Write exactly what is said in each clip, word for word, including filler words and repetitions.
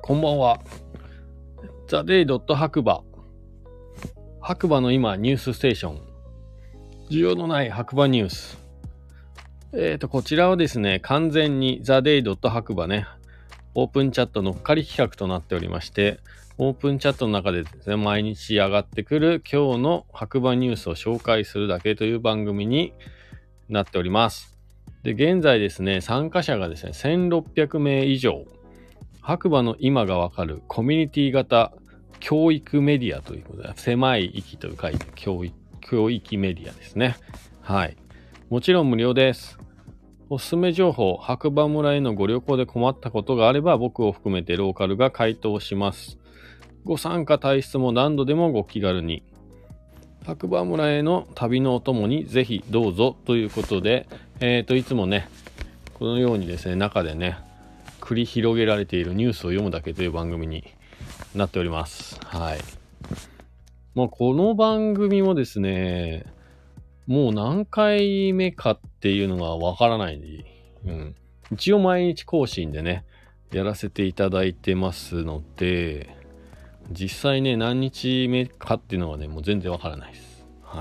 こんばんは。ザ・デイ・白馬。白馬の今ニュースステーション。需要のない白馬ニュース。えっと、こちらはですね、完全にザ・デイ・白馬ね、オープンチャットのっかり企画となっておりまして、オープンチャットの中でですね、毎日上がってくる今日の白馬ニュースを紹介するだけという番組になっております。で、現在ですね、参加者がですね、せんろっぴゃくめい以上。白馬の今がわかるコミュニティ型教育メディアということで、狭い域と書いて教育、教育メディアですね。はい。もちろん無料です。おすすめ情報、白馬村へのご旅行で困ったことがあれば、僕を含めてローカルが回答します。ご参加退出も何度でもご気軽に。白馬村への旅のお供にぜひどうぞということで、えっと、いつもね、このようにですね、中でね、繰り広げられているニュースを読むだけという番組になっております。はい。もうこの番組もですね、もう何回目かっていうのがわからないで、うん。一応毎日更新でね、やらせていただいてますので、実際ね、何日目かっていうのはね、もう全然わからないです。はい。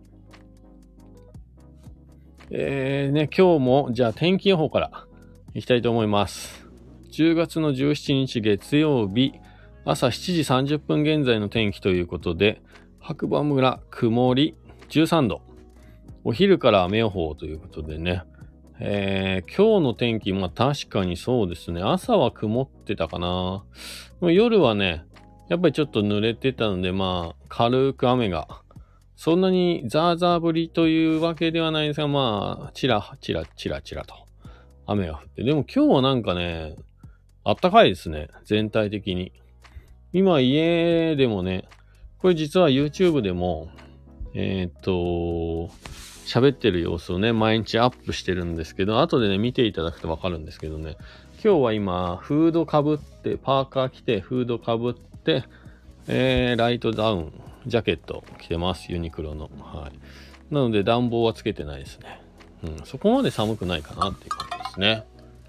えーね、今日も、じゃあ天気予報からいきたいと思います。じゅうがつのじゅうしちにち月曜日、朝しちじさんじゅっぷん現在の天気ということで、白馬村曇りじゅうさんど、お昼から雨予報ということでね、えー、今日の天気、まあ確かにそうですね、朝は曇ってたかな。夜はね、やっぱりちょっと濡れてたので、まあ軽く雨が、そんなにザーザー降りというわけではないんですが、まあ、チラチラチラチラと雨が降って、でも今日はなんかね、あったかいですね、全体的に。今家でもね、これ実は YouTube でも、えー、っと、喋ってる様子をね、毎日アップしてるんですけど、後でね、見ていただくとわかるんですけどね、今日は今、フードかぶって、パーカー着て、フードかぶって、えー、ライトダウン、ジャケット着てます、ユニクロの。はい。なので暖房はつけてないですね。うん、そこまで寒くないかなっていう感じですね。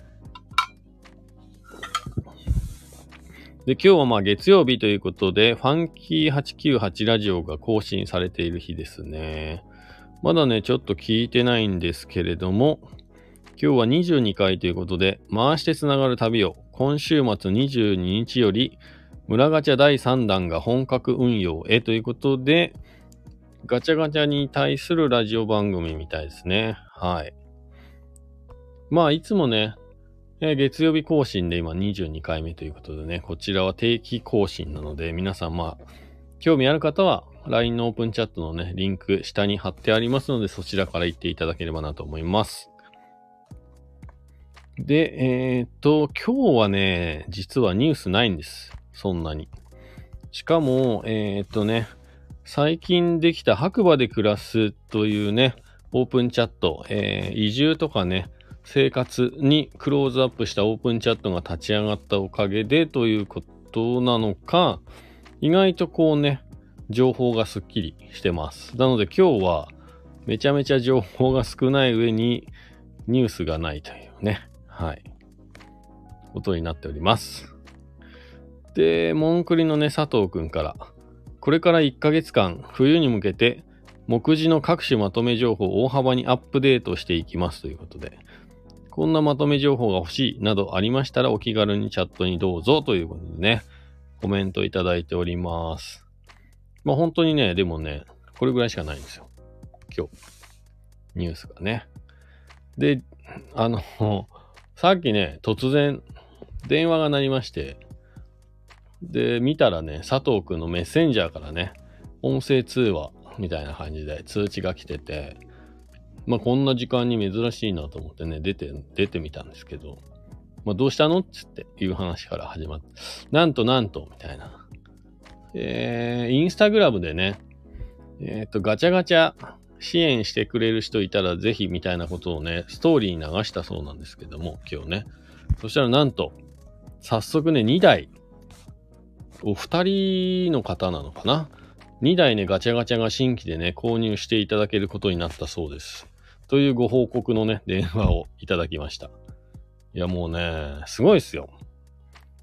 で、今日はまあ月曜日ということで、ファンキーはちきゅうはちラジオが更新されている日ですね。まだね、ちょっと聞いてないんですけれども、今日はにじゅうにかいということで、回してつながる旅を、今週末にじゅうににちより、村ガチャだいさんだんが本格運用へということで、ガチャガチャに対するラジオ番組みたいですね。はい。まあ、いつもね、えー、月曜日更新で今にじゅうにかいめということでね、こちらは定期更新なので、皆さんまあ、興味ある方は ライン のオープンチャットのね、リンク下に貼ってありますので、そちらから行っていただければなと思います。で、えー、っと、今日はね、実はニュースないんです。そんなに。しかも、えー、っとね、最近できた白馬で暮らすというね、オープンチャット、えー、移住とかね、生活にクローズアップしたオープンチャットが立ち上がったおかげでということなのか、意外とこうね、情報がすっきりしてます。なので今日はめちゃめちゃ情報が少ない上にニュースがないというね、はい、ことになっております。で、モンクリのね、佐藤くんから、これからいっかげつかん、冬に向けて、目次の各種まとめ情報を大幅にアップデートしていきますということで、こんなまとめ情報が欲しいなどありましたらお気軽にチャットにどうぞということでね、コメントいただいております。まあ本当にね、でもね、これぐらいしかないんですよ。今日。ニュースがね。で、あの、さっきね、突然電話が鳴りまして、で、見たらね、佐藤くんのメッセンジャーからね、音声通話みたいな感じで通知が来てて、まあこんな時間に珍しいなと思ってね、出て、出てみたんですけど、まあどうしたのっつっていう話から始まって、なんとなんと、みたいな。えー、インスタグラムでね、えっと、ガチャガチャ支援してくれる人いたらぜひみたいなことをね、ストーリーに流したそうなんですけども、今日ね。そしたらなんと、早速ね、にだい、お二人の方なのかな ?に 台ね、ガチャガチャが新規でね、購入していただけることになったそうです。というご報告のね、電話をいただきました。いや、もうね、すごいっすよ。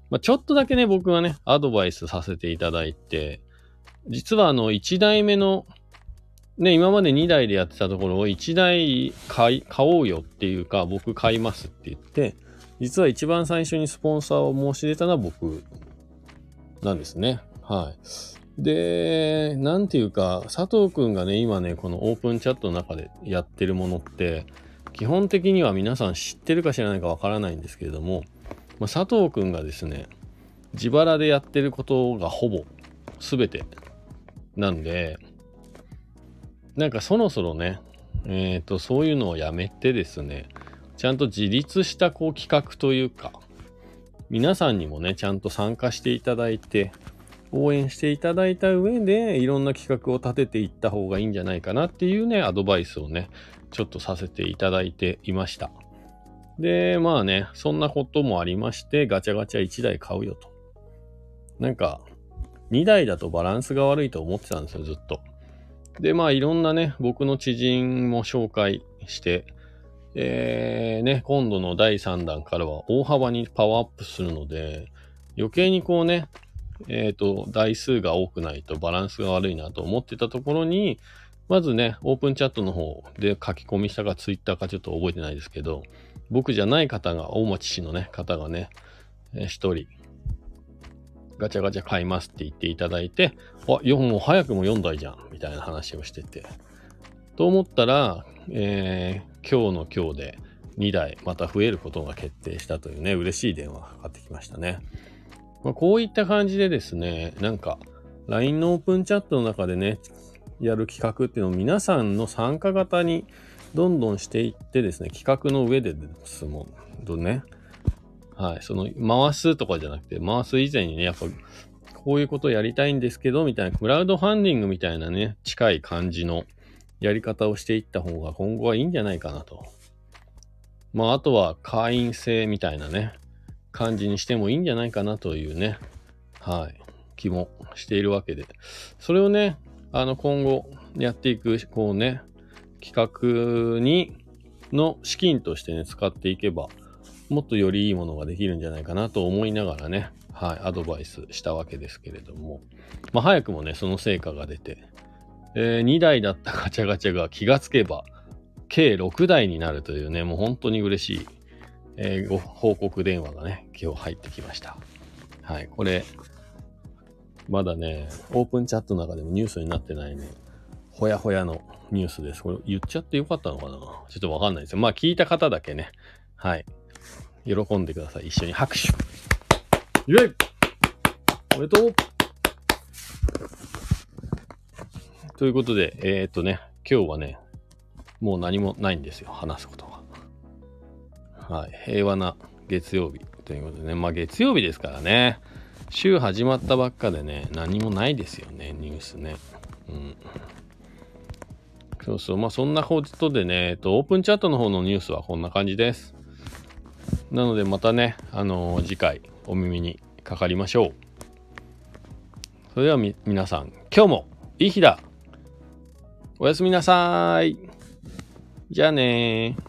まあ、ちょっとだけね、僕はね、アドバイスさせていただいて、実はあの、いちだいめの、ね、今までにだいでやってたところをいちだい買い、買おうよっていうか、僕買いますって言って、実は一番最初にスポンサーを申し出たのは僕なんですね。はい。で、なんていうか、佐藤くんがね、今ね、このオープンチャットの中でやってるものって、基本的には皆さん知ってるか知らないかわからないんですけれども、まあ、佐藤くんがですね、自腹でやってることがほぼ全てなんで、なんかそろそろね、えっと、そういうのをやめてですね、ちゃんと自立したこう企画というか、皆さんにもね、ちゃんと参加していただいて、応援していただいた上で、いろんな企画を立てていった方がいいんじゃないかなっていうね、アドバイスをね、ちょっとさせていただいていました。で、まあね、そんなこともありまして、ガチャガチャいちだい買うよと。なんか、にだいだとバランスが悪いと思ってたんですよ、ずっと。で、まあいろんなね、僕の知人も紹介して、えー、ね、今度のだいさんだんからは大幅にパワーアップするので、余計にこうね、えっと、台数が多くないとバランスが悪いなと思ってたところに、まずね、オープンチャットの方で書き込みしたかツイッターかちょっと覚えてないですけど、僕じゃない方が、大町市のね、方がね、一人、ガチャガチャ買いますって言っていただいて、あ、よもう早くもよんだいじゃん、みたいな話をしてて。と思ったら、えー、今日の今日でにだいまた増えることが決定したというね、嬉しい電話がかかってきましたね。まあ、こういった感じでですね、なんか ライン のオープンチャットの中でね、やる企画っていうのを皆さんの参加型にどんどんしていってですね、企画の上でですもんね、はい、その回すとかじゃなくて、回す以前にね、やっぱこういうことをやりたいんですけど、みたいなクラウドファンディングみたいなね、近い感じのやり方をしていった方が今後はいいんじゃないかなと。まあ、あとは会員制みたいなね、感じにしてもいいんじゃないかなというね、はい、気もしているわけで。それをね、あの、今後やっていく、こうね、企画に、の資金としてね、使っていけば、もっとよりいいものができるんじゃないかなと思いながらね、はい、アドバイスしたわけですけれども、まあ、早くもね、その成果が出て、えー、にだいだったガチャガチャが気がつけば、計ろくだいになるというね、もう本当に嬉しい、えー、ご報告電話がね、今日入ってきました。はい、これ、まだね、オープンチャットの中でもニュースになってないね、ほやほやのニュースです。これ言っちゃってよかったのかな、ちょっとわかんないですよ。まあ聞いた方だけね、はい、喜んでください。一緒に拍手。イェイおめでとうということで、えー、っとね、今日はね、もう何もないんですよ、話すことが。はい、平和な月曜日ということでね、まあ月曜日ですからね、週始まったばっかでね、何もないですよね、ニュースね。うん。そうそう、まあそんなことでね、えっと、オープンチャットの方のニュースはこんな感じです。なのでまたね、あのー、次回お耳にかかりましょう。それではみ、皆さん、今日もいい日だ。おやすみなさーい。じゃあねー。